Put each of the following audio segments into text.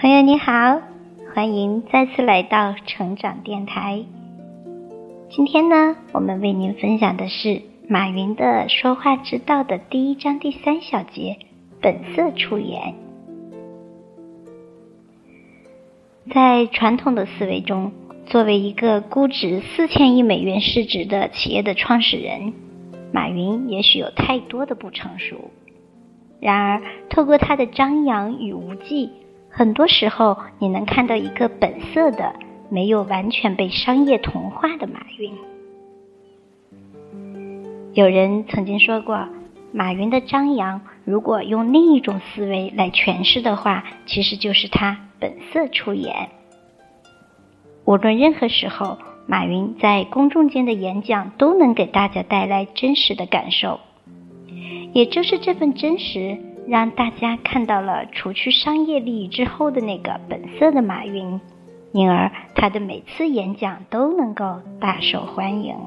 朋友你好，欢迎再次来到成长电台。今天呢，我们为您分享的是马云的说话之道的第1章第3小节，本色出演。在传统的思维中，作为一个估值4000亿美元市值的企业的创始人，马云也许有太多的不成熟。然而，透过他的张扬与无忌，很多时候你能看到一个本色的、没有完全被商业同化的马云。有人曾经说过，马云的张扬如果用另一种思维来诠释的话，其实就是他本色出演。无论任何时候，马云在公众间的演讲都能给大家带来真实的感受。也就是这份真实，让大家看到了除去商业利益之后的那个本色的马云，因而他的每次演讲都能够大受欢迎。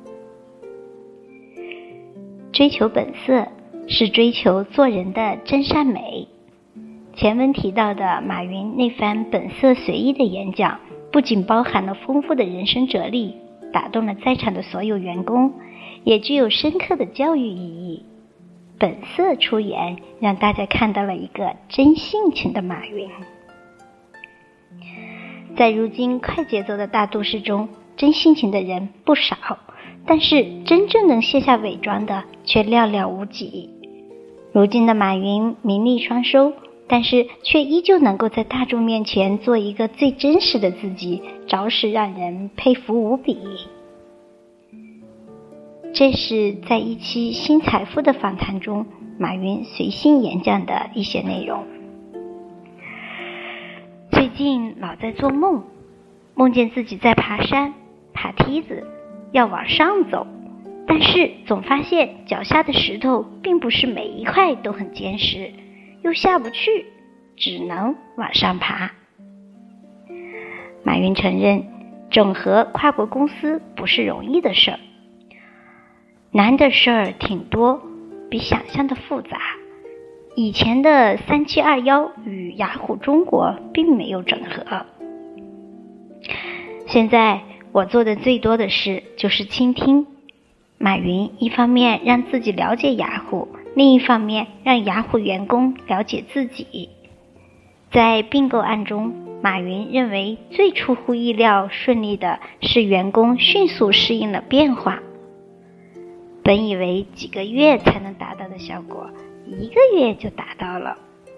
追求本色是追求做人的真善美。前文提到的马云那番本色随意的演讲，不仅包含了丰富的人生哲理，打动了在场的所有员工，也具有深刻的教育意义。本色出演，让大家看到了一个真性情的马云。在如今快节奏的大都市中，真性情的人不少，但是真正能卸下伪装的却寥寥无几。如今的马云名利双收，但是却依旧能够在大众面前做一个最真实的自己，着实让人佩服无比。这是在一期新财富的访谈中，马云随性演讲的一些内容。最近老在做梦，梦见自己在爬山、爬梯子，要往上走，但是总发现脚下的石头并不是每一块都很坚实，又下不去，只能往上爬。马云承认，整合跨国公司不是容易的事儿，难的事儿挺多，比想象的复杂。以前的3721与雅虎中国并没有整合。现在我做的最多的事就是倾听。马云一方面让自己了解雅虎，另一方面让雅虎员工了解自己。在并购案中，马云认为最出乎意料顺利的是员工迅速适应了变化。本以为几个月才能达到的效果，1个月就达到了。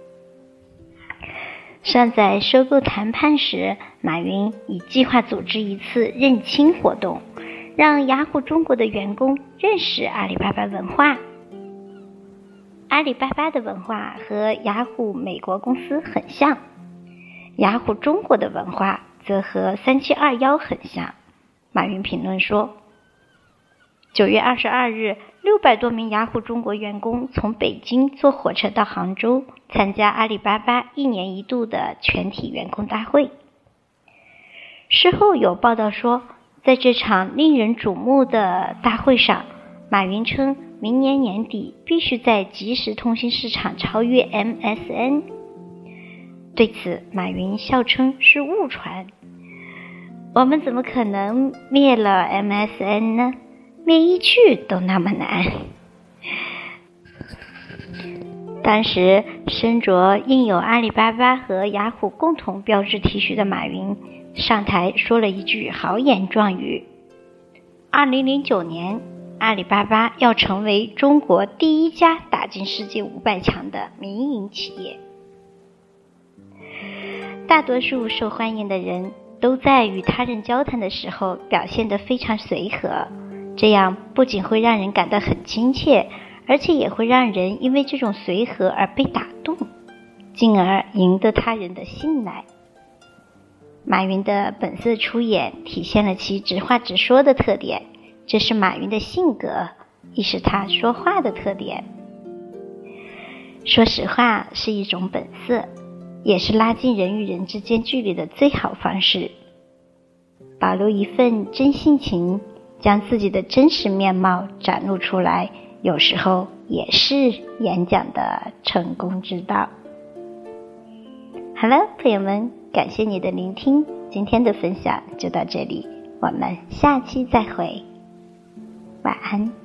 尚在收购谈判时，马云已计划组织一次认亲活动，让雅虎中国的员工认识阿里巴巴文化。阿里巴巴的文化和雅虎美国公司很像，雅虎中国的文化则和3721很像。马云评论说，9月22日，600多名雅虎中国员工从北京坐火车到杭州，参加阿里巴巴1年1度的全体员工大会。事后有报道说，在这场令人瞩目的大会上，马云称明年年底必须在即时通信市场超越 MSN。对此，马云笑称是误传。我们怎么可能灭了 MSN 呢？灭一句都那么难。当时身着印有阿里巴巴和雅虎共同标志 T 恤的马云上台说了一句豪言壮语：2009年，阿里巴巴要成为中国第1家打进世界500强的民营企业。大多数受欢迎的人都在与他人交谈的时候表现得非常随和，这样不仅会让人感到很亲切，而且也会让人因为这种随和而被打动，进而赢得他人的信赖。马云的本色出演体现了其直话直说的特点，这是马云的性格，亦是他说话的特点。说实话是一种本色，也是拉近人与人之间距离的最好方式。保留一份真性情，将自己的真实面貌展露出来，有时候也是演讲的成功之道。 好了，朋友们，感谢你的聆听，今天的分享就到这里，我们下期再会，晚安。